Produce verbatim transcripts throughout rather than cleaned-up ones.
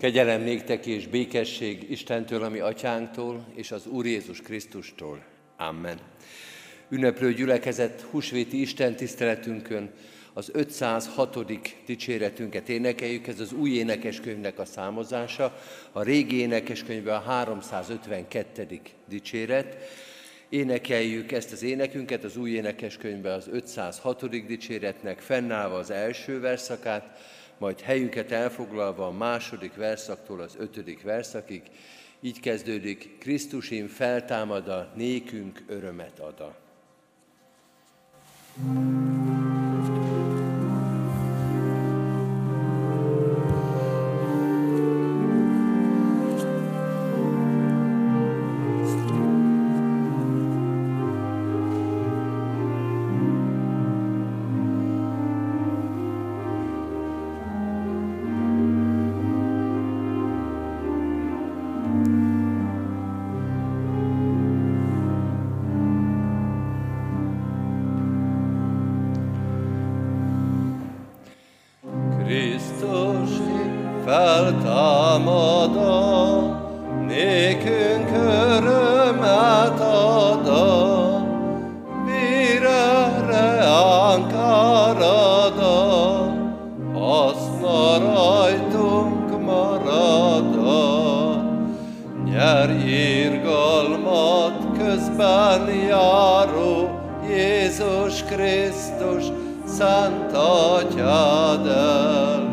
Kegyelem néktek és békesség Istentől, ami atyánktól, és az Úr Jézus Krisztustól. Amen. Ünneplő gyülekezet húsvéti Isten tiszteletünkön az ötszázhatodik dicséretünket énekeljük, ez az új énekeskönyvnek a számozása, a régi énekeskönyvben a háromszázötvenkettedik dicséret. Énekeljük ezt az énekünket az új énekeskönyvben az ötszázhatodik dicséretnek, fennállva az első verszakát, majd helyünket elfoglalva a második verszaktól az ötödik verszakig. Így kezdődik: Krisztusim feltámada, nékünk örömet ada. Feltámada, nékünk örömet ada, mire reánk árada, haszna rajtunk marada. Nyerj irgalmat közben járó, Jézus Krisztus szent atyád előtt.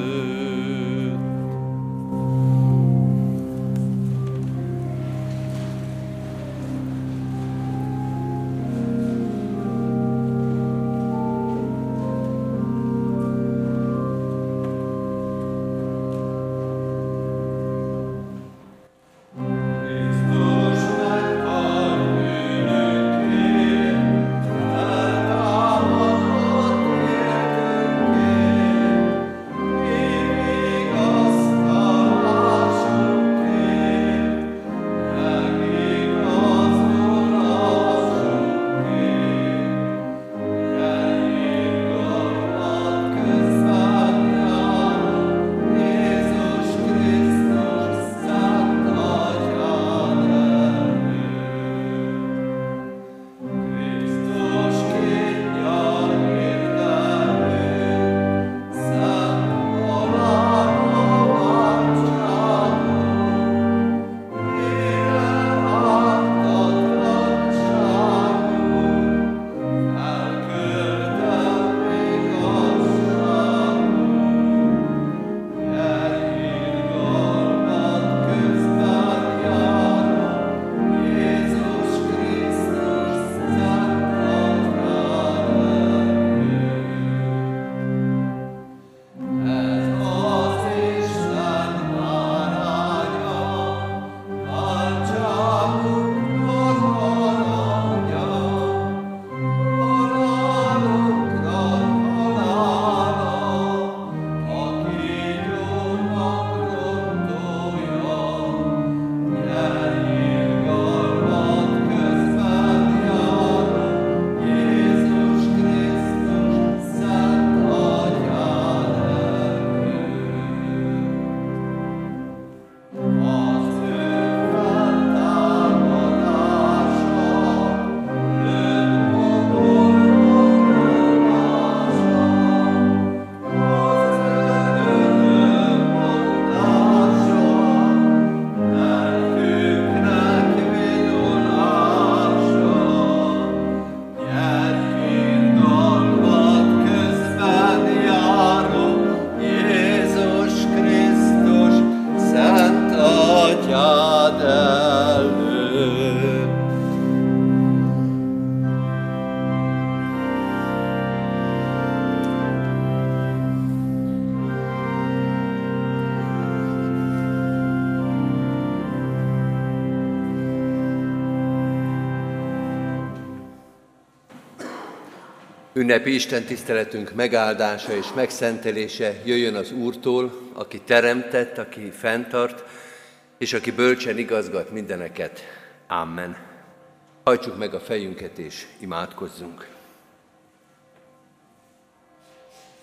Ünnepi Isten tiszteletünk megáldása és megszentelése jöjjön az Úrtól, aki teremtett, aki fenntart, és aki bölcsen igazgat mindeneket. Amen. Hajtsuk meg a fejünket és imádkozzunk.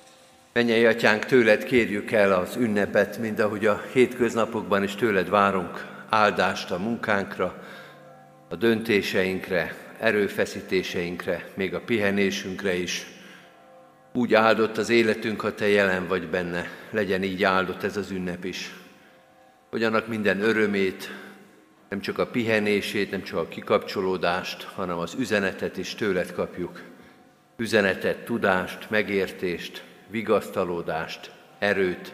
Mennyei Atyánk, tőled kérjük el az ünnepet, mind ahogy a hétköznapokban is tőled várunk áldást a munkánkra, a döntéseinkre, erőfeszítéseinkre, még a pihenésünkre is. Úgy áldott az életünk, ha te jelen vagy benne, legyen így áldott ez az ünnep is. Hogy annak minden örömét, nem csak a pihenését, nem csak a kikapcsolódást, hanem az üzenetet is tőled kapjuk. Üzenetet, tudást, megértést, vigasztalódást, erőt.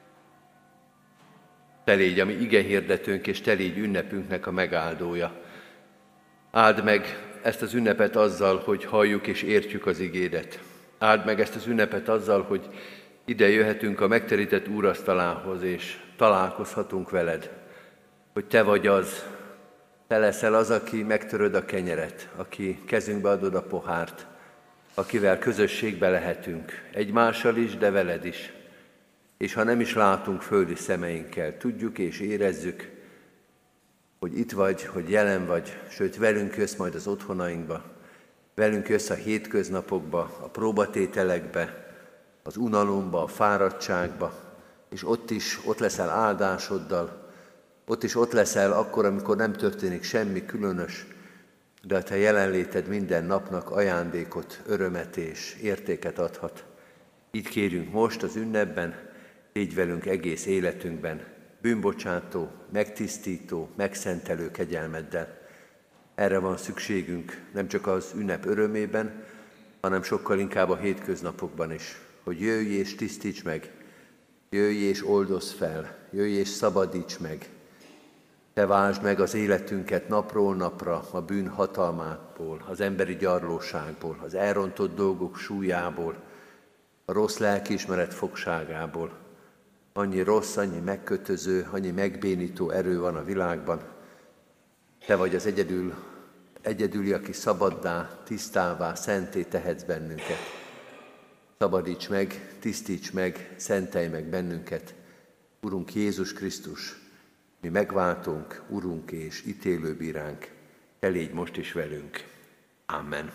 Te légy a mi igehirdetőnk, és te légy ünnepünknek a megáldója. Áld meg ezt az ünnepet azzal, hogy halljuk és értjük az igédet. Áld meg ezt az ünnepet azzal, hogy ide jöhetünk a megterített úrasztalához, és találkozhatunk veled. Hogy te vagy az, te leszel az, aki megtöröd a kenyeret, aki kezünkbe adod a pohárt, akivel közösségbe lehetünk, egymással is, de veled is. És ha nem is látunk földi szemeinkkel, tudjuk és érezzük, hogy itt vagy, hogy jelen vagy, sőt velünk jössz majd az otthonainkba, velünk jössz a hétköznapokba, a próbatételekbe, az unalomba, a fáradtságba, és ott is ott leszel áldásoddal, ott is ott leszel akkor, amikor nem történik semmi különös, de a te jelenléted minden napnak ajándékot, örömet és értéket adhat. Így kérünk most az ünnepben, légy velünk egész életünkben, bűnbocsátó, megtisztító, megszentelő kegyelmeddel. Erre van szükségünk, nem csak az ünnep örömében, hanem sokkal inkább a hétköznapokban is, hogy jöjj és tisztíts meg, jöjj és oldozz fel, jöjj és szabadíts meg. Te váltsd meg az életünket napról napra a bűn hatalmából, az emberi gyarlóságból, az elrontott dolgok súlyából, a rossz lelkiismeret fogságából. Annyi rossz, annyi megkötöző, annyi megbénító erő van a világban. Te vagy az egyedül, egyedüli, aki szabaddá, tisztává, szenté tehetsz bennünket. Szabadíts meg, tisztíts meg, szentelj meg bennünket. Urunk Jézus Krisztus, mi megváltunk, Urunk és ítélőbíránk, te légy most is velünk. Amen.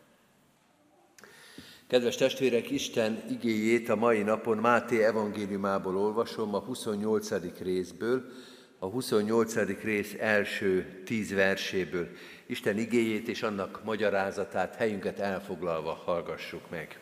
Kedves testvérek, Isten igéjét a mai napon Máté evangéliumából olvasom, a huszonnyolcadik részből, a huszonnyolcadik rész első tíz verséből. Isten igéjét és annak magyarázatát helyünket elfoglalva hallgassuk meg.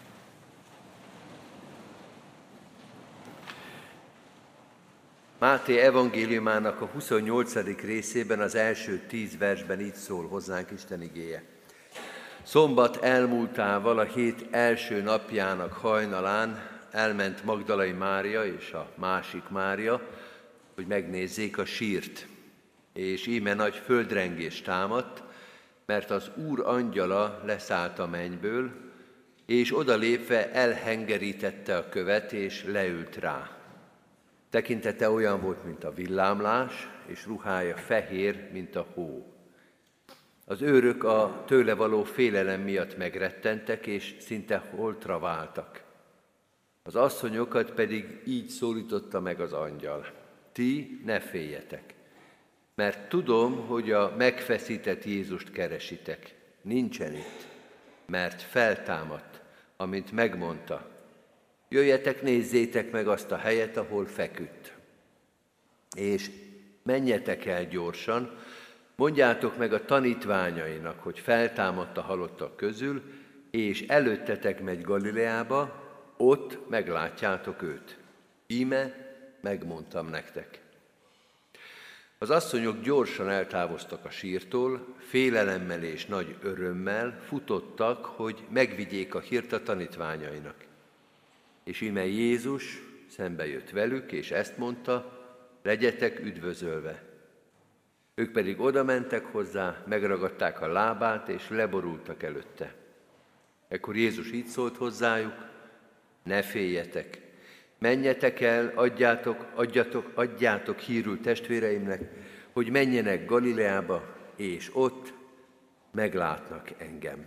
Máté evangéliumának a huszonnyolcadik részében, az első tíz versben így szól hozzánk Isten igéje. Szombat elmúltával, a hét első napjának hajnalán elment Magdalai Mária és a másik Mária, hogy megnézzék a sírt. És íme nagy földrengés támadt, mert az Úr angyala leszállt a mennyből, és odalépve elhengerítette a követ, és leült rá. Tekintete olyan volt, mint a villámlás, és ruhája fehér, mint a hó. Az őrök a tőle való félelem miatt megrettentek, és szinte holtra váltak. Az asszonyokat pedig így szólította meg az angyal. Ti ne féljetek, mert tudom, hogy a megfeszített Jézust keresitek. Nincsen itt, mert feltámadt, amint megmondta. Jöjjetek, nézzétek meg azt a helyet, ahol feküdt. És menjetek el gyorsan, mondjátok meg a tanítványainak, hogy feltámadt a halottak közül, és előttetek megy Galileába, ott meglátjátok őt. Íme, megmondtam nektek. Az asszonyok gyorsan eltávoztak a sírtól, félelemmel és nagy örömmel futottak, hogy megvigyék a hírt a tanítványainak. És íme Jézus szembe jött velük, és ezt mondta, legyetek üdvözölve. Ők pedig oda mentek hozzá, megragadták a lábát, és leborultak előtte. Ekkor Jézus így szólt hozzájuk, ne féljetek, menjetek el, adjátok, adjatok, adjátok hírül testvéreimnek, hogy menjenek Galileába, és ott meglátnak engem.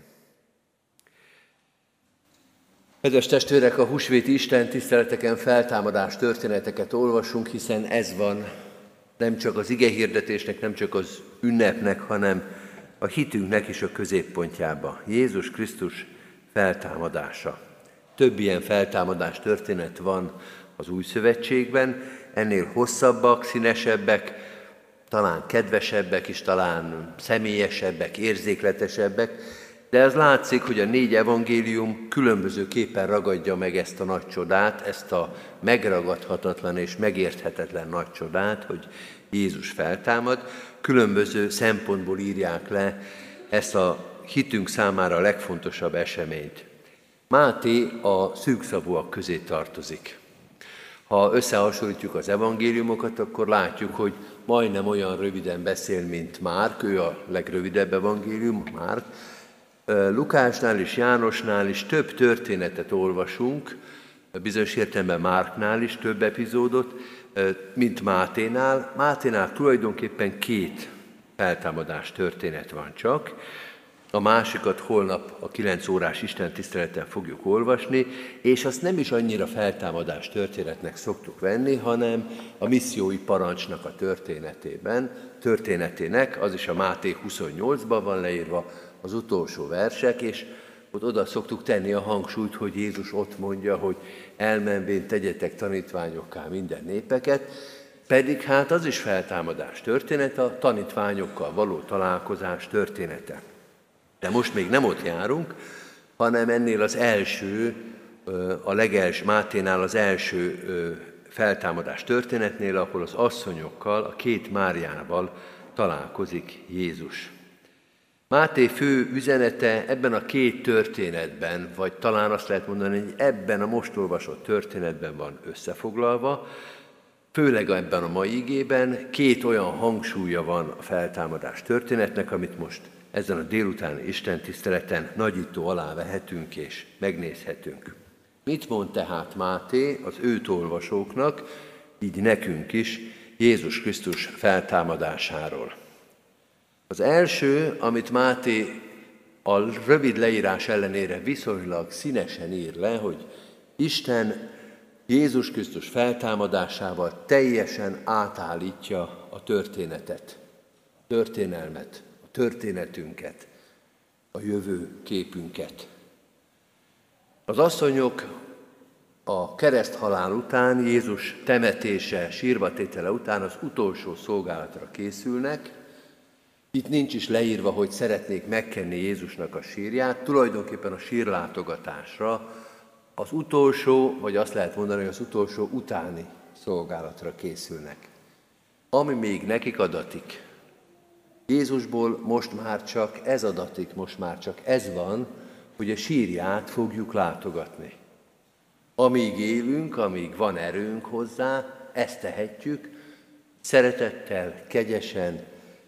Kedves testvérek, a húsvéti Isten tiszteleteken feltámadás történeteket olvasunk, hiszen ez van nem csak az igehirdetésnek, nem csak az ünnepnek, hanem a hitünknek is a középpontjába. Jézus Krisztus feltámadása. Több ilyen feltámadás történet van az Új Szövetségben, ennél hosszabbak, színesebbek, talán kedvesebbek is, talán személyesebbek, érzékletesebbek, de ez látszik, hogy a négy evangélium különbözőképpen ragadja meg ezt a nagy csodát, ezt a megragadhatatlan és megérthetetlen nagy csodát, hogy Jézus feltámad. Különböző szempontból írják le ezt a hitünk számára a legfontosabb eseményt. Máté a szűkszavúak közé tartozik. Ha összehasonlítjuk az evangéliumokat, akkor látjuk, hogy majdnem olyan röviden beszél, mint Márk, ő a legrövidebb evangélium, Márk. Lukásnál és Jánosnál is több történetet olvasunk, bizonyos értelemben Márknál is több epizódot, mint Máténál. Máténál tulajdonképpen két feltámadás történet van csak. A másikat holnap a kilenc órás istentiszteleten fogjuk olvasni, és azt nem is annyira feltámadás történetnek szoktuk venni, hanem a missziói parancsnak a történetében, történetének, az is a Máté huszonnyolcban van leírva, az utolsó versek, és ott oda szoktuk tenni a hangsúlyt, hogy Jézus ott mondja, hogy elmenvén tegyetek tanítványokká minden népeket, pedig hát az is feltámadás történet, a tanítványokkal való találkozás története. De most még nem ott járunk, hanem ennél az első, a legelső, Máténál az első feltámadás történetnél, ahol az asszonyokkal, a két Máriával találkozik Jézus. Máté fő üzenete ebben a két történetben, vagy talán azt lehet mondani, hogy ebben a most olvasott történetben van összefoglalva, főleg ebben a mai igében két olyan hangsúlya van a feltámadás történetnek, amit most ezen a délutáni istentiszteleten nagyító alá vehetünk és megnézhetünk. Mit mond tehát Máté az őt olvasóknak, így nekünk is, Jézus Krisztus feltámadásáról? Az első, amit Máté a rövid leírás ellenére viszonylag színesen ír le, hogy Isten Jézus Krisztus feltámadásával teljesen átállítja a történetet, történelmet, a történetünket, a jövő képünket. Az asszonyok a kereszthalál után, Jézus temetése, sírbatétele után az utolsó szolgálatra készülnek. Itt nincs is leírva, hogy szeretnék megkenni Jézusnak a sírját, tulajdonképpen a sírlátogatásra, az utolsó, vagy azt lehet mondani, hogy az utolsó utáni szolgálatra készülnek. Ami még nekik adatik. Jézusból most már csak ez adatik, most már csak ez van, hogy a sírját fogjuk látogatni. Amíg élünk, amíg van erőnk hozzá, ezt tehetjük, szeretettel, kegyesen,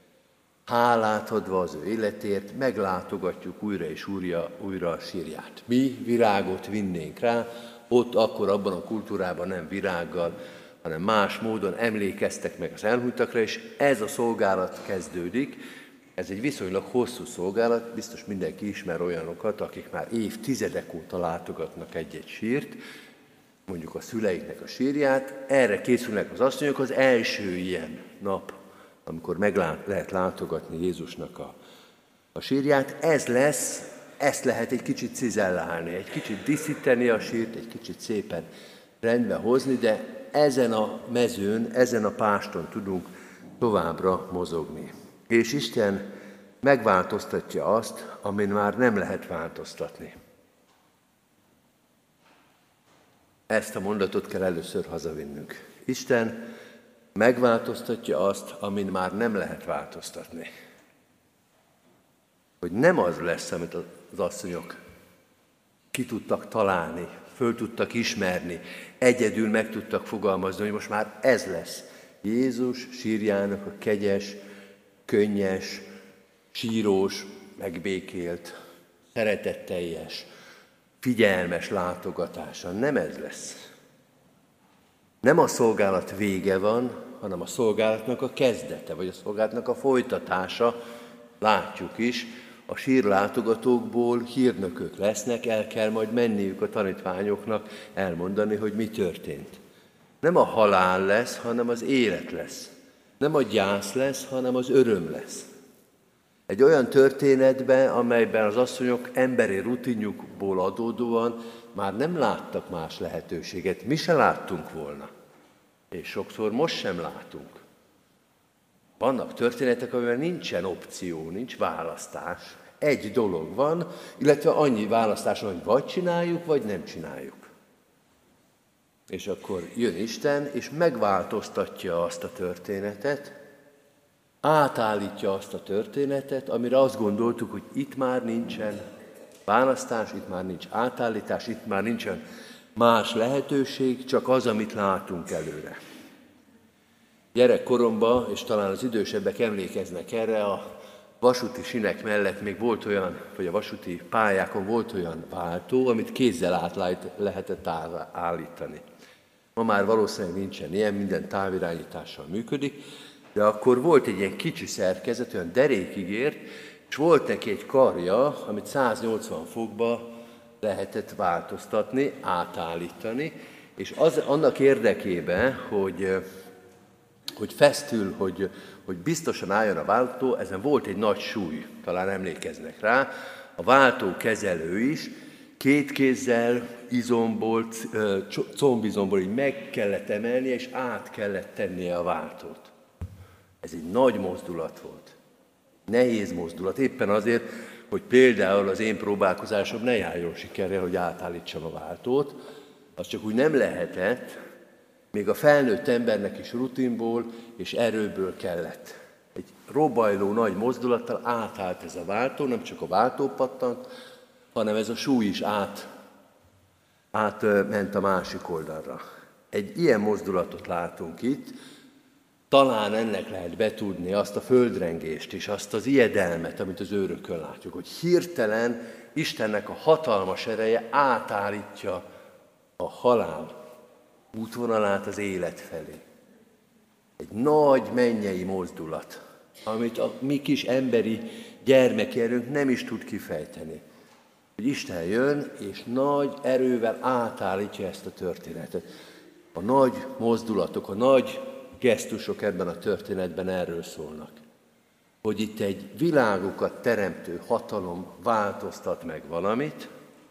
hálát adva az ő életért, meglátogatjuk újra és újra, újra a sírját. Mi virágot vinnénk rá, ott akkor abban a kultúrában nem virággal, hanem más módon emlékeztek meg az elhunytakra, és ez a szolgálat kezdődik. Ez egy viszonylag hosszú szolgálat, biztos mindenki ismer olyanokat, akik már évtizedek óta látogatnak egy-egy sírt, mondjuk a szüleiknek a sírját, erre készülnek az asszonyok, az első ilyen nap, amikor meg lehet látogatni Jézusnak a, a sírját. Ez lesz, ezt lehet egy kicsit cizellálni, egy kicsit díszíteni a sírt, egy kicsit szépen rendbe hozni, de ezen a mezőn, ezen a páston tudunk továbbra mozogni. És Isten megváltoztatja azt, amin már nem lehet változtatni. Ezt a mondatot kell először hazavinnünk. Isten megváltoztatja azt, amin már nem lehet változtatni. Hogy nem az lesz, amit az asszonyok ki tudtak találni, föl tudtak ismerni, egyedül meg tudtak fogalmazni, hogy most már ez lesz. Jézus sírjának a kegyes, könnyes, sírós, megbékélt, szeretetteljes, figyelmes látogatása. Nem ez lesz. Nem a szolgálat vége van, hanem a szolgálatnak a kezdete, vagy a szolgálatnak a folytatása. Látjuk is, a sírlátogatókból hírnökök lesznek, el kell majd menniük a tanítványoknak elmondani, hogy mi történt. Nem a halál lesz, hanem az élet lesz. Nem a gyász lesz, hanem az öröm lesz. Egy olyan történetbe, amelyben az asszonyok emberi rutinjukból adódóan már nem láttak más lehetőséget. Mi se láttunk volna. És sokszor most sem látunk. Vannak történetek, amiben nincsen opció, nincs választás. Egy dolog van, illetve annyi választás van, hogy vagy csináljuk, vagy nem csináljuk. És akkor jön Isten, és megváltoztatja azt a történetet, átállítja azt a történetet, amire azt gondoltuk, hogy itt már nincsen választás, itt már nincs átállítás, itt már nincsen más lehetőség, csak az, amit látunk előre. Gyerekkoromban, és talán az idősebbek emlékeznek erre, a vasúti sinek mellett még volt olyan, vagy a vasúti pályákon volt olyan váltó, amit kézzel át lehetett állítani. Ma már valószínűleg nincsen ilyen, minden távirányítással működik, de akkor volt egy ilyen kicsi szerkezet, olyan derékig ért, és volt neki egy karja, amit száznyolcvan fokba lehetett változtatni, átállítani, és az, annak érdekében, hogy, hogy fesztül, hogy, hogy biztosan álljon a váltó, ezen volt egy nagy súly, talán emlékeznek rá, a váltó kezelő is két kézzel izomból, combizomból így meg kellett emelnie, és át kellett tennie a váltót. Ez egy nagy mozdulat volt. Nehéz mozdulat. Éppen azért, hogy például az én próbálkozásom ne járjon sikerrel, hogy átállítsam a váltót, az csak úgy nem lehetett, még a felnőtt embernek is rutinból és erőből kellett. Egy robajló nagy mozdulattal átállt ez a váltó, nem csak a váltó pattant, hanem ez a súly is át, átment a másik oldalra. Egy ilyen mozdulatot látunk itt, talán ennek lehet betudni azt a földrengést és azt az ijedelmet, amit az őrökön látjuk, hogy hirtelen Istennek a hatalmas ereje átállítja a halál útvonalát az élet felé. Egy nagy mennyei mozdulat, amit a mi kis emberi gyermeki erőnk nem is tud kifejteni. Hogy Isten jön, és nagy erővel átállítja ezt a történetet. A nagy mozdulatok, a nagy gesztusok ebben a történetben erről szólnak. Hogy itt egy világokat teremtő hatalom változtat meg valamit,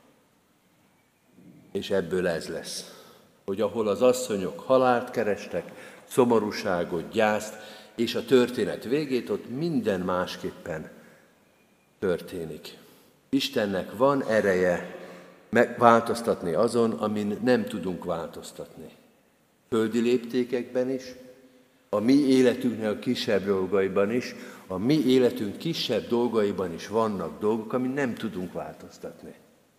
és ebből ez lesz. Hogy ahol az asszonyok halált kerestek, szomorúságot, gyászt, és a történet végét, ott minden másképpen történik. Istennek van ereje megváltoztatni azon, amin nem tudunk változtatni. Földi léptékekben is, a mi életünknél kisebb dolgaiban is, a mi életünk kisebb dolgaiban is vannak dolgok, amin nem tudunk változtatni.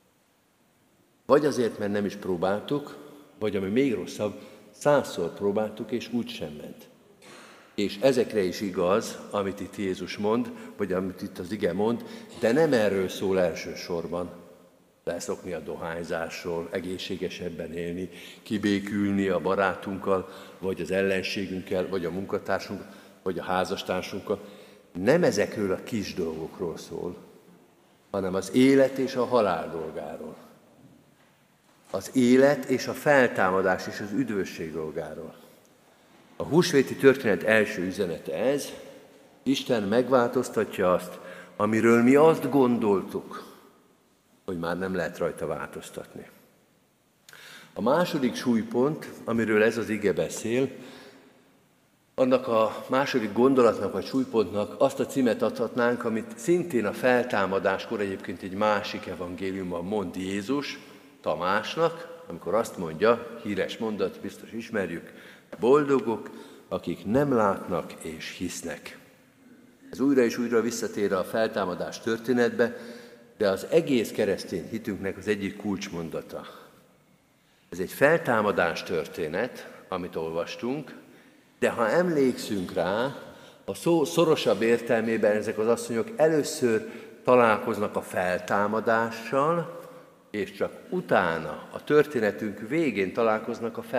Vagy azért, mert nem is próbáltuk, vagy ami még rosszabb, százszor próbáltuk, és úgy sem ment. És ezekre is igaz, amit itt Jézus mond, vagy amit itt az ige mond, de nem erről szól elsősorban. Leszokni a dohányzásról, egészségesebben élni, kibékülni a barátunkkal, vagy az ellenségünkkel, vagy a munkatársunkkal, vagy a házastársunkkal. Nem ezekről a kis dolgokról szól, hanem az élet és a halál dolgáról. Az élet és a feltámadás és az üdvösség dolgáról. A húsvéti történet első üzenete ez, Isten megváltoztatja azt, amiről mi azt gondoltuk, hogy már nem lehet rajta változtatni. A második súlypont, amiről ez az ige beszél, annak a második gondolatnak vagy súlypontnak azt a címet adhatnánk, amit szintén a feltámadáskor egyébként egy másik evangéliumban mond Jézus Tamásnak, amikor azt mondja, híres mondat, biztos ismerjük, boldogok, akik nem látnak és hisznek. Ez újra és újra visszatér a feltámadás történetbe, de az egész keresztény hitünknek az egyik kulcsmondata. Ez egy feltámadás történet, amit olvastunk, de ha emlékszünk rá, a szó szorosabb értelmében ezek az asszonyok először találkoznak a feltámadással, és csak utána, a történetünk végén találkoznak a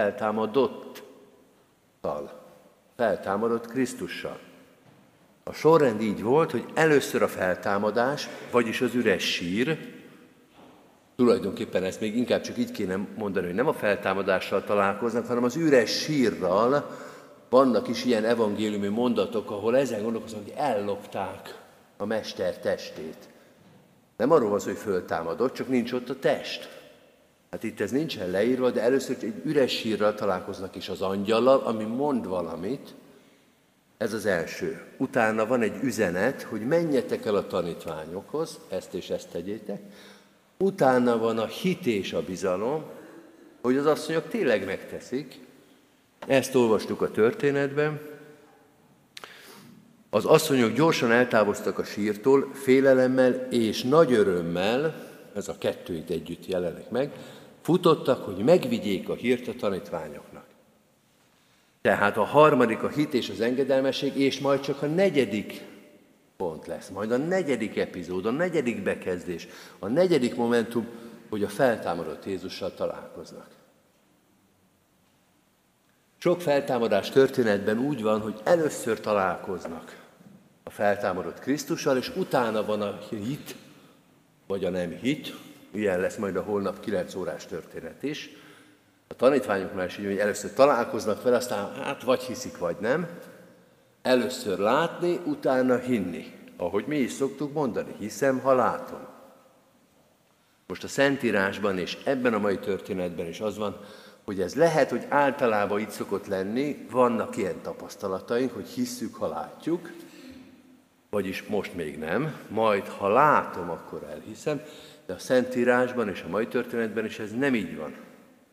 feltámadottal, feltámadott Krisztussal. A sorrend így volt, hogy először a feltámadás, vagyis az üres sír, tulajdonképpen ezt még inkább csak így kéne mondani, hogy nem a feltámadással találkoznak, hanem az üres sírral. Vannak is ilyen evangéliumi mondatok, ahol ezen gondolkoznak, hogy ellopták a mester testét. Nem arról van szó, hogy föltámadott, csak nincs ott a test. Hát itt ez nincsen leírva, de először egy üres sírral találkoznak is az angyallal, ami mond valamit. Ez az első. Utána van egy üzenet, hogy menjetek el a tanítványokhoz, ezt és ezt tegyétek. Utána van a hit és a bizalom, hogy az asszonyok tényleg megteszik. Ezt olvastuk a történetben. Az asszonyok gyorsan eltávoztak a sírtól, félelemmel és nagy örömmel, ez a kettő itt együtt jelenik meg, futottak, hogy megvigyék a hírt a tanítványoknak. Tehát a harmadik a hit és az engedelmesség, és majd csak a negyedik pont lesz, majd a negyedik epizód, a negyedik bekezdés, a negyedik momentum, hogy a feltámadott Jézussal találkoznak. Sok feltámadás történetben úgy van, hogy először találkoznak a feltámadott Krisztussal, és utána van a hit, vagy a nem hit, ilyen lesz majd a holnap kilenc órás történet is. A tanítványoknál is így, hogy először találkoznak vele, aztán hát vagy hiszik, vagy nem. Először látni, utána hinni. Ahogy mi is szoktuk mondani, hiszem, ha látom. Most a Szentírásban és ebben a mai történetben is az van, hogy ez lehet, hogy általában így szokott lenni, vannak ilyen tapasztalataink, hogy hisszük, ha látjuk, vagyis most még nem, majd ha látom, akkor elhiszem, de a Szentírásban és a mai történetben is ez nem így van.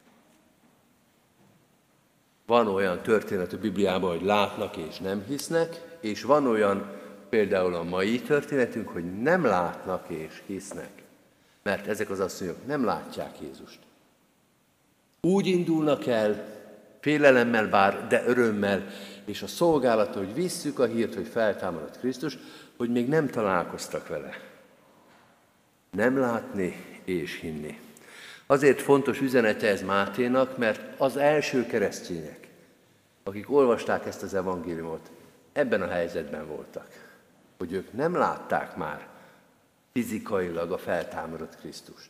Van olyan történet a Bibliában, hogy látnak és nem hisznek, és van olyan, például a mai történetünk, hogy nem látnak és hisznek, mert ezek az asszonyok nem látják Jézust. Úgy indulnak el, félelemmel bár, de örömmel, és a szolgálata, hogy visszük a hírt, hogy feltámadott Krisztus, hogy még nem találkoztak vele. Nem látni és hinni. Azért fontos üzenete ez Máténak, mert az első keresztények, akik olvasták ezt az evangéliumot, ebben a helyzetben voltak, hogy ők nem látták már fizikailag a feltámadott Krisztust.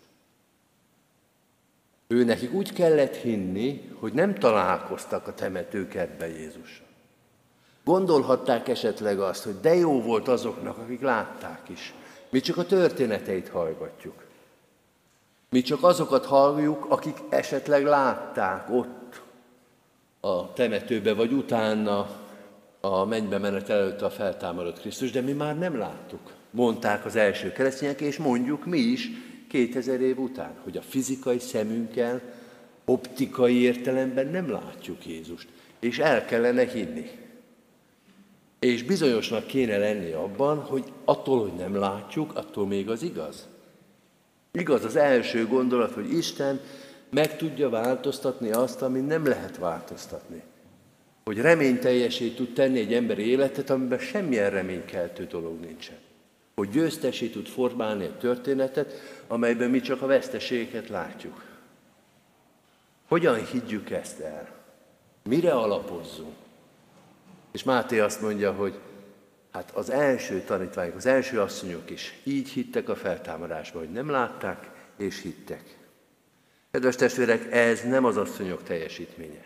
Ő nekik úgy kellett hinni, hogy nem találkoztak a temetőkertben Jézussal. Gondolhatták esetleg azt, hogy de jó volt azoknak, akik látták is. Mi csak a történeteit hallgatjuk. Mi csak azokat halljuk, akik esetleg látták ott a temetőbe, vagy utána a mennybe menet előtt a feltámadott Krisztus, de mi már nem láttuk, mondták az első keresztények, és mondjuk mi is kétezer év után, hogy a fizikai szemünkkel, optikai értelemben nem látjuk Jézust, és el kellene hinni. És bizonyosnak kéne lenni abban, hogy attól, hogy nem látjuk, attól még az igaz. Igaz az első gondolat, hogy Isten meg tudja változtatni azt, ami nem lehet változtatni. Hogy reményteljesé tud tenni egy emberi életet, amiben semmilyen reménykeltő dolog nincsen. Hogy győztessé tud formálni egy történetet, amelyben mi csak a veszteségeket látjuk. Hogyan higgyük ezt el? Mire alapozzunk? És Máté azt mondja, hogy hát az első tanítványok, az első asszonyok is így hittek a feltámadásba, hogy nem látták és hittek. Kedves testvérek, ez nem az asszonyok teljesítménye.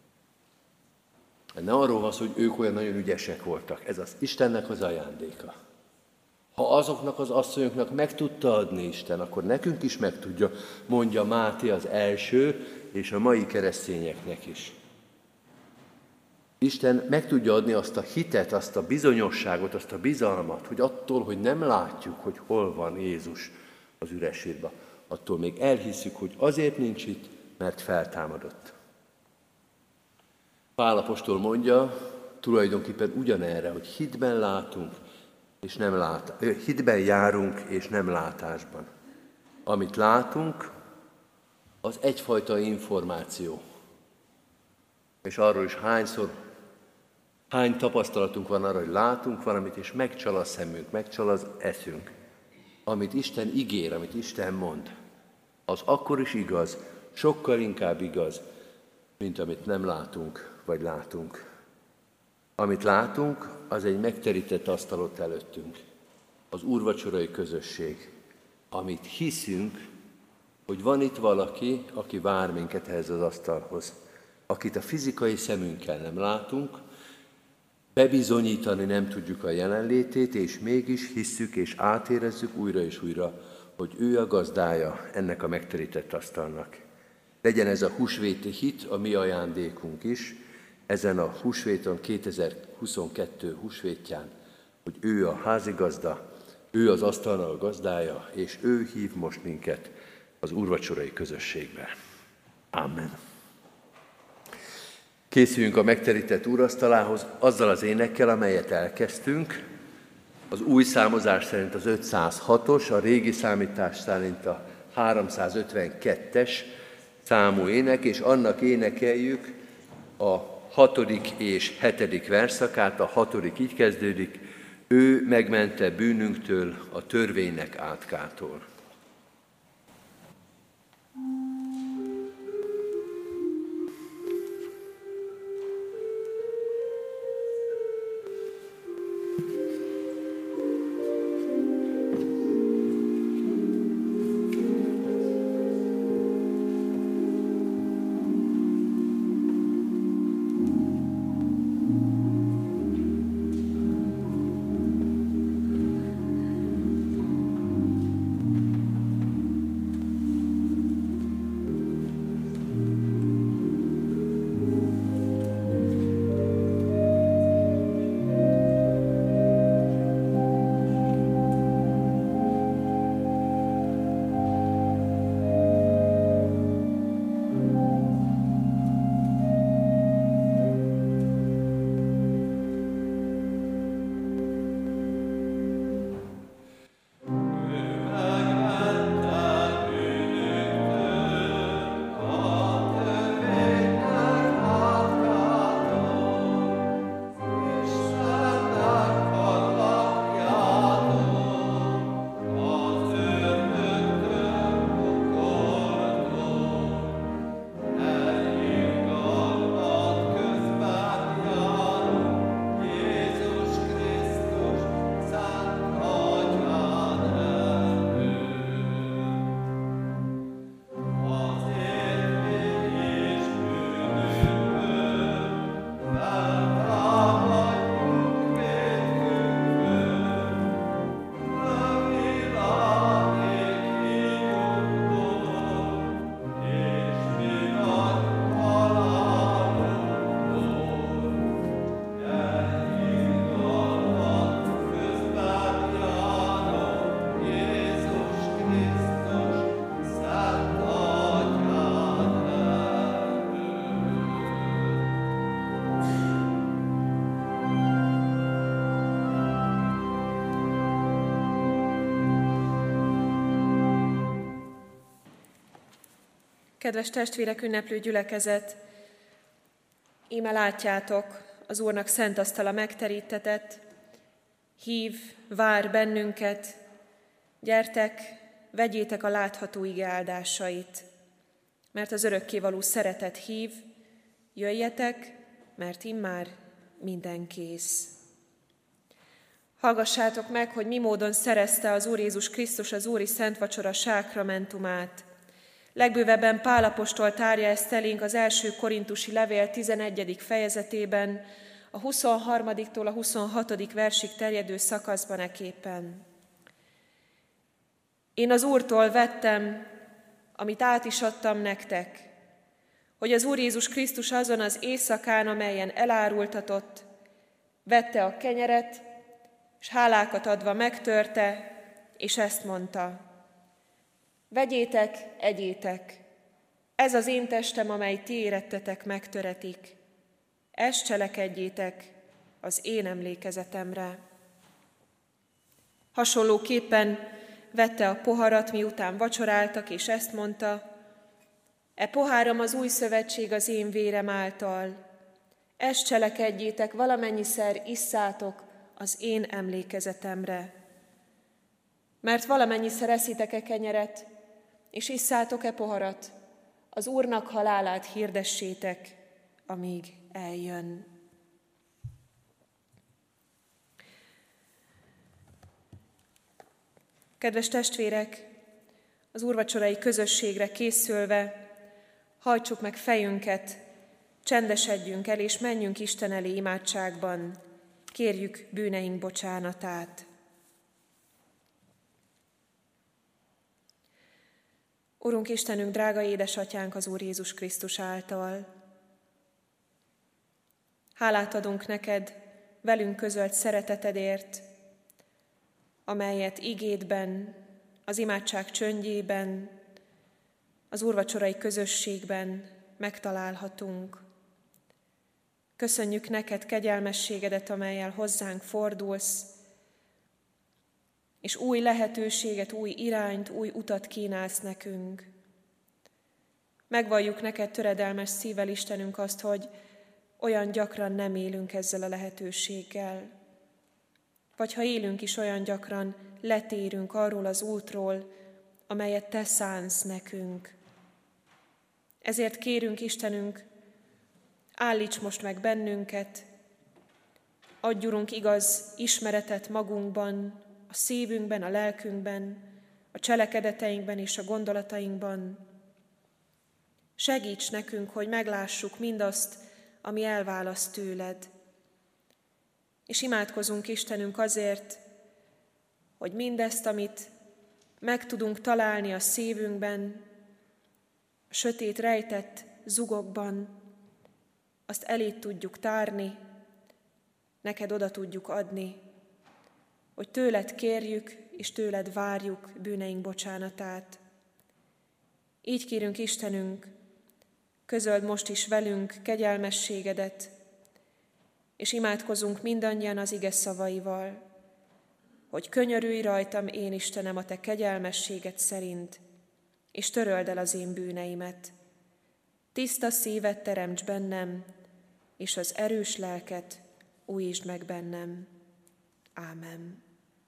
Nem arról van szó, hogy ők olyan nagyon ügyesek voltak. Ez az Istennek az ajándéka. Ha azoknak az asszonyoknak meg tudta adni Isten, akkor nekünk is meg tudja, mondja Máté az első, és a mai keresztényeknek is. Isten meg tudja adni azt a hitet, azt a bizonyosságot, azt a bizalmat, hogy attól, hogy nem látjuk, hogy hol van Jézus az üres sírba, attól még elhisszük, hogy azért nincs itt, mert feltámadott. Pál apostol mondja tulajdonképpen ugyanerre, hogy hitben látunk, és nem lát, hitben járunk, és nem látásban. Amit látunk, az egyfajta információ. És arról is hányszor, hány tapasztalatunk van arra, hogy látunk valamit, és megcsal a szemünk, megcsal az eszünk. Amit Isten ígér, amit Isten mond, az akkor is igaz, sokkal inkább igaz, mint amit nem látunk, vagy látunk. Amit látunk, az egy megterített asztalot előttünk. Az úrvacsorai közösség. Amit hiszünk, hogy van itt valaki, aki vár minket ehhez az asztalhoz. Akit a fizikai szemünkkel nem látunk, bebizonyítani nem tudjuk a jelenlétét, és mégis hisszük és átérezzük újra és újra, hogy ő a gazdája ennek a megterített asztalnak. Legyen ez a húsvéti hit a mi ajándékunk is, ezen a húsvéton, kétezer-huszonkettő húsvétján, hogy ő a házigazda, ő az asztalnak a gazdája, és ő hív most minket az úrvacsorai közösségbe. Amen. Készüljünk a megterített úrasztalához azzal az énekkel, amelyet elkezdtünk. Az új számozás szerint az ötszázhatos, a régi számítás szerint a háromszázötvenkettes számú ének, és annak énekeljük a hatodik és hetedik verszakát. A hatodik így kezdődik: ő megmente bűnünktől, a törvénynek átkától. Kedves testvérek, ünneplő gyülekezet, íme látjátok, az Úrnak szent asztala megterítetett, hív, vár bennünket, gyertek, vegyétek a látható ige áldásait, mert az örökkévaló szeretet hív, jöjjetek, mert immár minden kész. Hallgassátok meg, hogy mi módon szerezte az Úr Jézus Krisztus az Úri Szent Vacsora sákramentumát. Legbővebben Pál apostol tárja ezt elénk az első korintusi levél tizenegyedik fejezetében, a huszonharmadiktól a huszonhatodik versig terjedő szakaszban eképpen. Én az Úrtól vettem, amit át is adtam nektek, hogy az Úr Jézus Krisztus azon az éjszakán, amelyen elárultatott, vette a kenyeret, és hálákat adva megtörte, és ezt mondta: vegyétek, egyétek, ez az én testem, amely ti érettetek megtöretik. Ezt cselekedjétek az én emlékezetemre. Hasonlóképpen vette a poharat, miután vacsoráltak, és ezt mondta: e poháram az új szövetség az én vérem által. Ezt cselekedjétek, valamennyiszor isszátok az én emlékezetemre. Mert valamennyiszor eszitek-e kenyeret, és isszátok-e poharat, az Úrnak halálát hirdessétek, amíg eljön. Kedves testvérek, az úrvacsorai közösségre készülve hajtsuk meg fejünket, csendesedjünk el, és menjünk Isten elé imádságban, kérjük bűneink bocsánatát. Urunk Istenünk, drága édesatyánk az Úr Jézus Krisztus által, hálát adunk neked velünk közölt szeretetedért, amelyet igédben, az imádság csöndjében, az úrvacsorai közösségben megtalálhatunk. Köszönjük neked kegyelmességedet, amellyel hozzánk fordulsz, és új lehetőséget, új irányt, új utat kínálsz nekünk. Megvalljuk neked töredelmes szívvel, Istenünk, azt, hogy olyan gyakran nem élünk ezzel a lehetőséggel. Vagy ha élünk is, olyan gyakran letérünk arról az útról, amelyet te szánsz nekünk. Ezért kérünk, Istenünk, állíts most meg bennünket, adj, Urunk, igaz ismeretet magunkban, a szívünkben, a lelkünkben, a cselekedeteinkben és a gondolatainkban. Segíts nekünk, hogy meglássuk mindazt, ami elválaszt tőled. És imádkozunk, Istenünk, azért, hogy mindezt, amit meg tudunk találni a szívünkben, a sötét rejtett zugokban, azt elét tudjuk tárni, neked oda tudjuk adni, hogy tőled kérjük és tőled várjuk bűneink bocsánatát. Így kérünk, Istenünk, közöld most is velünk kegyelmességedet, és imádkozunk mindannyian az ige szavaival, hogy könyörülj rajtam, én Istenem, a te kegyelmességed szerint, és töröld el az én bűneimet. Tiszta szívet teremts bennem, és az erős lelket újítsd meg bennem. Ámen.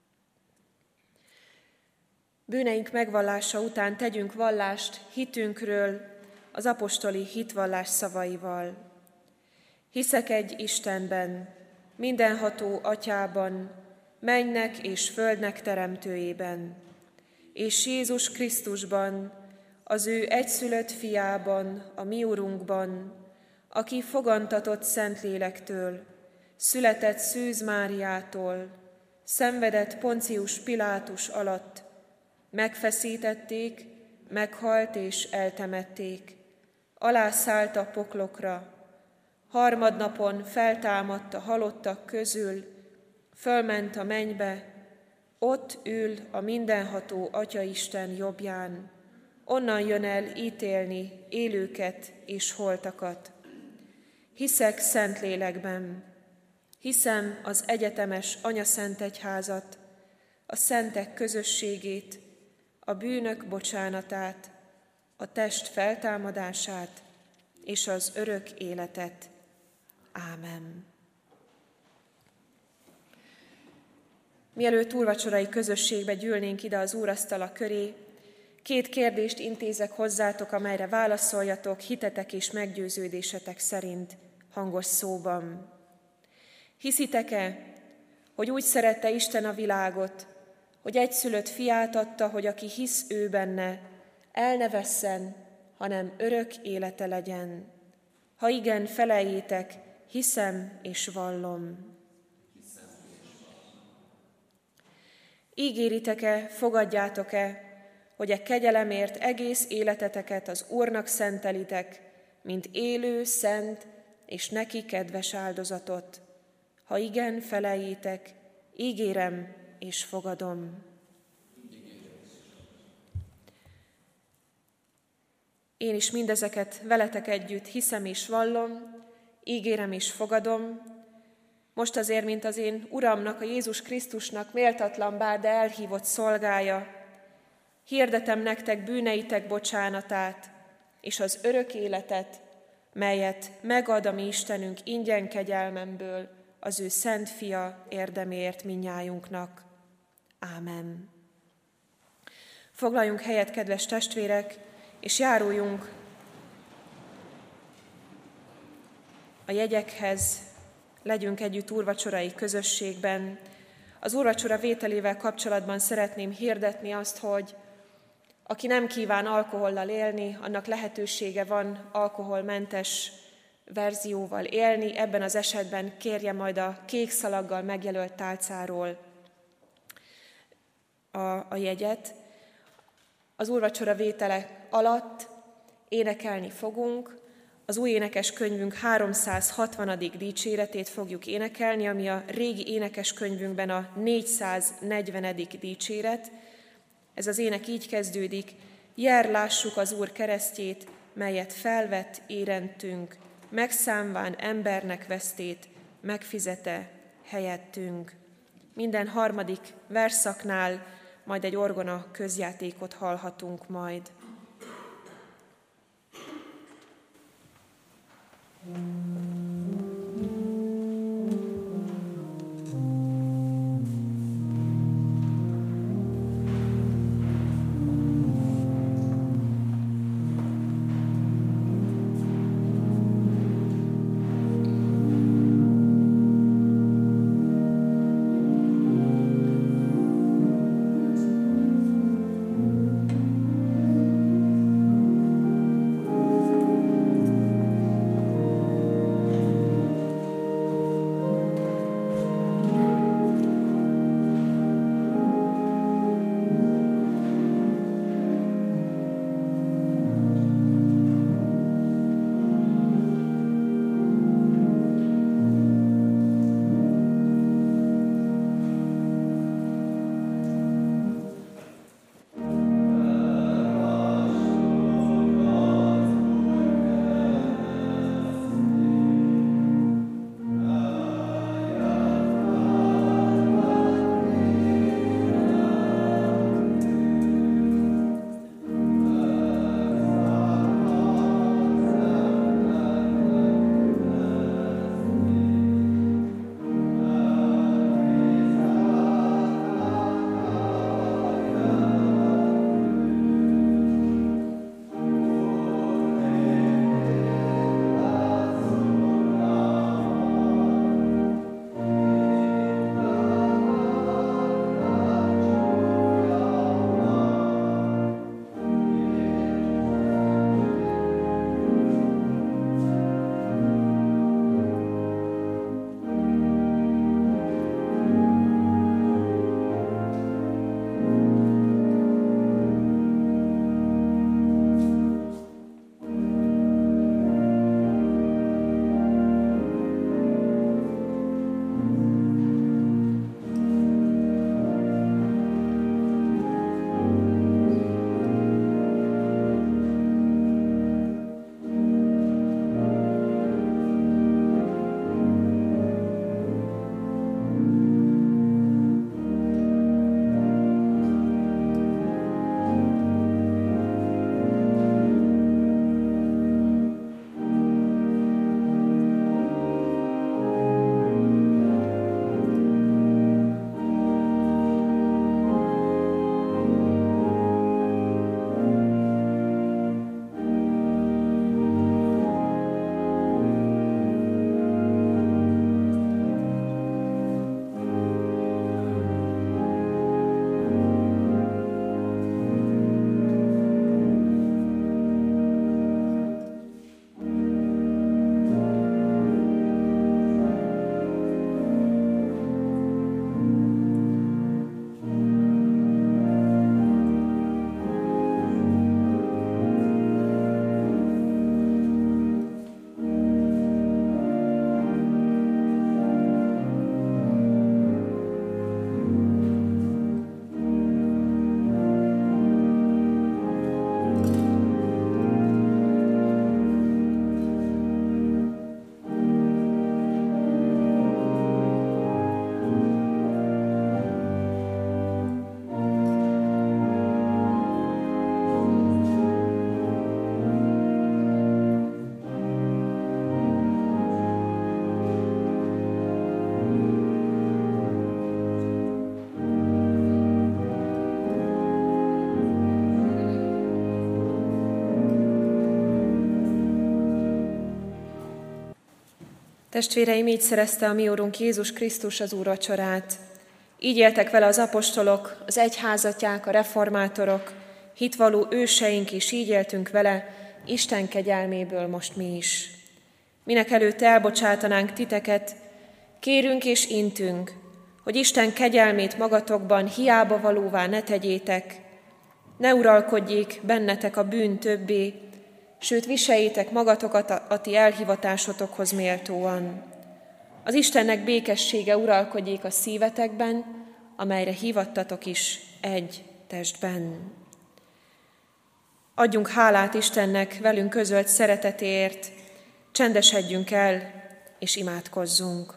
Bűneink megvallása után tegyünk vallást hitünkről az apostoli hitvallás szavaival. Hiszek egy Istenben, mindenható Atyában, mennynek és földnek teremtőjében, és Jézus Krisztusban, az ő egyszülött fiában, a mi Urunkban, aki fogantatott Szentlélektől, született Szűz Máriától, szenvedett Poncius Pilátus alatt, megfeszítették, meghalt és eltemették, alászállt a poklokra, harmadnapon feltámadt a halottak közül, fölment a mennybe, ott ül a mindenható Atyaisten jobbján, onnan jön el ítélni élőket és holtakat. Hiszek Szentlélekben, hiszem az egyetemes Anyaszentegyházat, a szentek közösségét, a bűnök bocsánatát, a test feltámadását és az örök életet. Ámen. Mielőtt úrvacsorai közösségbe gyűlnénk ide az úrasztala köré, két kérdést intézek hozzátok, amelyre válaszoljatok hitetek és meggyőződésetek szerint hangos szóban. Hiszitek-e, hogy úgy szerette Isten a világot, hogy egyszülött fiát adta, hogy aki hisz ő benne, el ne vesszen, hanem örök élete legyen? Ha igen, feleljétek, hiszem és vallom. Ígéritek-e, fogadjátok-e, hogy a kegyelemért egész életeteket az Úrnak szentelitek, mint élő, szent és neki kedves áldozatot? Ha igen, feleljétek, ígérem és fogadom. Én is mindezeket veletek együtt hiszem és vallom, ígérem és fogadom, most azért, mint az én Uramnak, a Jézus Krisztusnak méltatlan bár, de elhívott szolgája, hirdetem nektek bűneitek bocsánatát és az örök életet, melyet megad a mi Istenünk ingyen kegyelmemből az ő szent fia érdeméért mindnyájunknak. Ámen. Foglaljunk helyet, kedves testvérek, és járuljunk a jegyekhez, legyünk együtt úrvacsorai közösségben. Az úrvacsora vételével kapcsolatban szeretném hirdetni azt, hogy aki nem kíván alkohollal élni, annak lehetősége van alkoholmentes verzióval élni, ebben az esetben kérje majd a kék szalaggal megjelölt tálcáról a, a jegyet. Az úrvacsora vétele alatt énekelni fogunk, az új énekeskönyvünk háromszázhatvanadik dicséretét fogjuk énekelni, ami a régi énekeskönyvünkben a négyszáznegyvenedik dicséret. Ez az ének így kezdődik: Jár, lássuk az Úr keresztjét, melyet felvett érentünk, megszámván embernek vesztét, megfizete helyettünk. Minden harmadik versszaknál majd egy orgona közjátékot hallhatunk majd. Testvéreim, így szerezte a mi Úrunk Jézus Krisztus az úrvacsorát. Így éltek vele az apostolok, az egyházatják, a reformátorok, hitvaló őseink is, így éltünk vele, Isten kegyelméből most mi is. minek előtt elbocsátanánk titeket, kérünk és intünk, hogy Isten kegyelmét magatokban hiába valóvá ne tegyétek, ne uralkodjék bennetek a bűn többé, sőt viseljétek magatokat a ti elhivatásotokhoz méltóan. Az Istennek békessége uralkodjék a szívetekben, amelyre hívattatok is egy testben. Adjunk hálát Istennek velünk közölt szeretetéért, csendesedjünk el és imádkozzunk.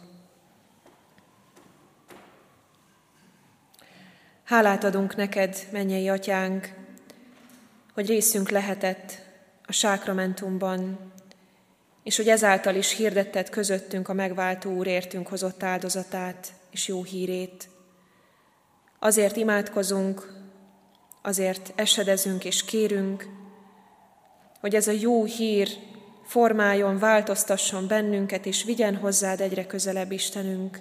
Hálát adunk neked, mennyei atyánk, hogy részünk lehetett a sákramentumban, és hogy ezáltal is hirdetted közöttünk a megváltó Úr értünk hozott áldozatát és jó hírét. Azért imádkozunk, azért esedezünk és kérünk, hogy ez a jó hír formáljon, változtasson bennünket, és vigyen hozzád egyre közelebb, Istenünk.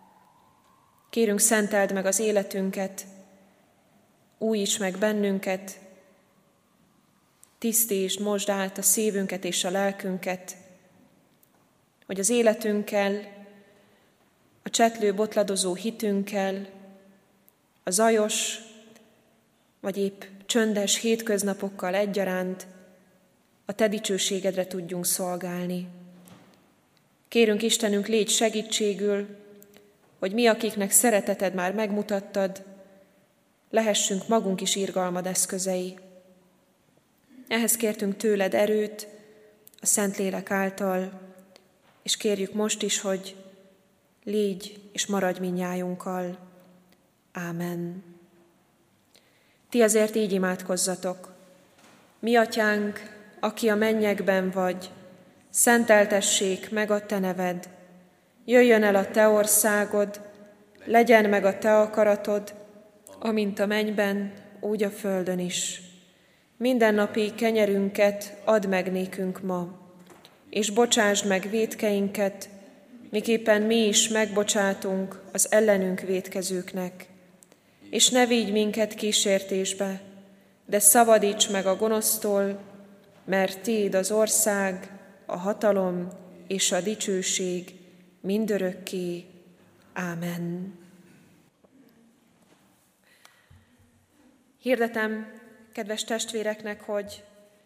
Kérünk, szenteld meg az életünket, újíts meg bennünket, tisztítsd, mosd át a szívünket és a lelkünket, hogy az életünkkel, a csetlő, botladozó hitünkkel, a zajos, vagy épp csöndes hétköznapokkal egyaránt a te dicsőségedre tudjunk szolgálni. Kérünk, Istenünk, légy segítségül, hogy mi, akiknek szereteted már megmutattad, lehessünk magunk is irgalmad eszközei. Ehhez kértünk tőled erőt, a Szentlélek által, és kérjük most is, hogy légy és maradj mindnyájunkkal. Ámen. Ti azért így imádkozzatok. Mi atyánk, aki a mennyekben vagy, szenteltessék meg a te neved. Jöjjön el a te országod, legyen meg a te akaratod, amint a mennyben, úgy a földön is. Mindennapi kenyerünket add meg nékünk ma, és bocsásd meg vétkeinket, miképpen mi is megbocsátunk az ellenünk vétkezőknek. És ne vigy minket kísértésbe, de szabadíts meg a gonosztól, mert tiéd az ország, a hatalom és a dicsőség mindörökké. Ámen. Hirdetem kedves testvéreknek, hogy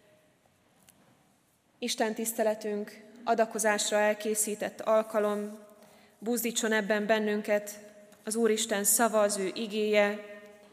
Isten tiszteletünk adakozásra elkészített alkalom, buzdítson ebben bennünket az Úristen szava, az ő igéje.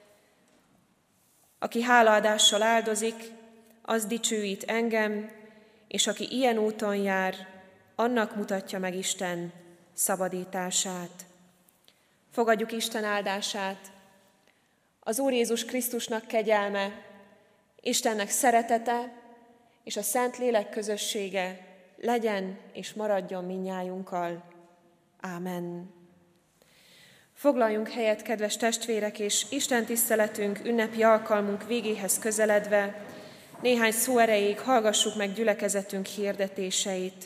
Aki hálaadással áldozik, az dicsőít engem, és aki ilyen úton jár, annak mutatja meg Isten szabadítását. Fogadjuk Isten áldását. Az Úr Jézus Krisztusnak kegyelme, Istennek szeretete és a Szentlélek közössége legyen és maradjon mindnyájunkkal. Ámen. Foglaljunk helyet, kedves testvérek, és Isten tiszteletünk ünnepi alkalmunk végéhez közeledve néhány szó erejéig hallgassuk meg gyülekezetünk hirdetéseit.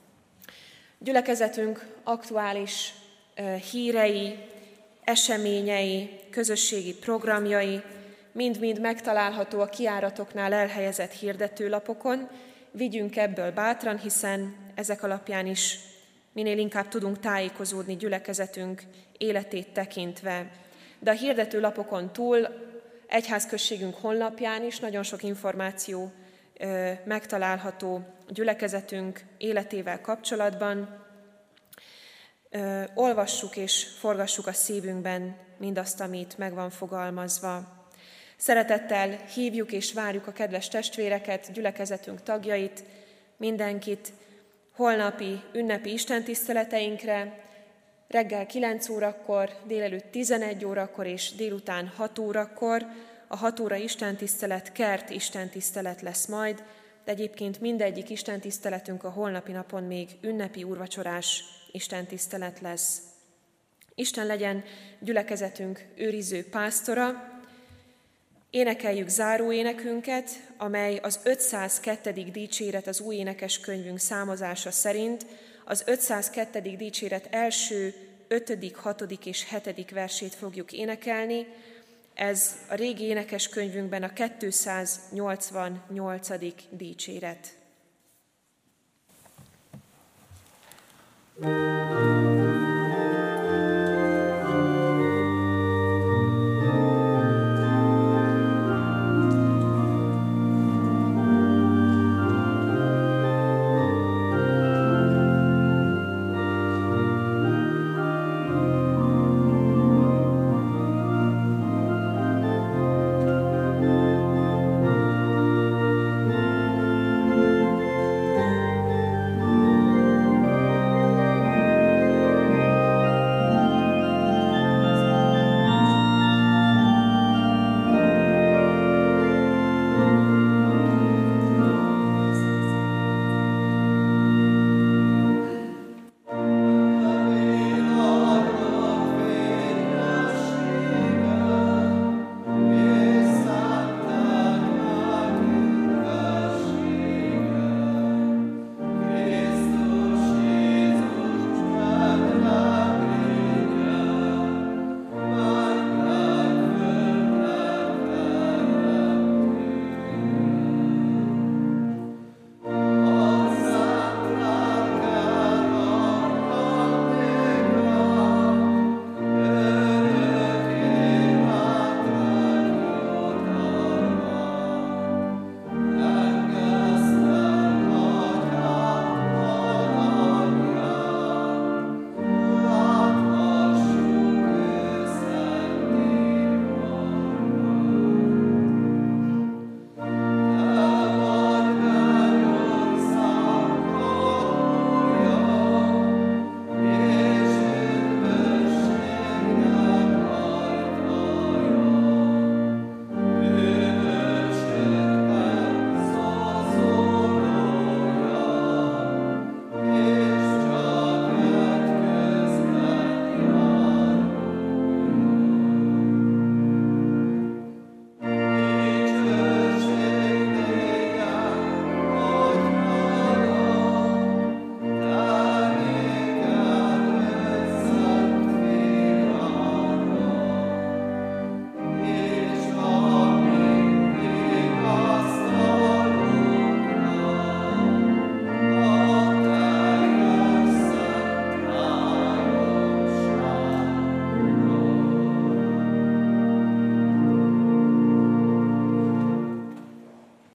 Gyülekezetünk aktuális hírei, eseményei, közösségi programjai mind-mind megtalálható a kijáratoknál elhelyezett hirdetőlapokon. Vigyünk ebből bátran, hiszen ezek alapján is minél inkább tudunk tájékozódni gyülekezetünk életét tekintve. De a hirdetőlapokon túl egyházközségünk honlapján is nagyon sok információ ö, megtalálható gyülekezetünk életével kapcsolatban. Ö, olvassuk és forgassuk a szívünkben mindazt, amit meg van fogalmazva. Szeretettel hívjuk és várjuk a kedves testvéreket, gyülekezetünk tagjait, mindenkit holnapi ünnepi istentiszteleteinkre, reggel kilenc órakor, délelőtt tizenegy órakor és délután hat órakor. A hat óra istentisztelet kert istentisztelet lesz majd, de egyébként mindegyik istentiszteletünk a holnapi napon még ünnepi úrvacsorás istentisztelet lesz. Isten legyen gyülekezetünk őriző pásztora. Énekeljük záróénekünket, amely az ötszázkettő. dicséret az új énekeskönyvünk számozása szerint, az ötszázkettő. dicséret első, ötödik, hatodik és hetedik versét fogjuk énekelni. Ez a régi énekeskönyvünkben a kétszáznyolcvannyolcadik dicséret. Amen.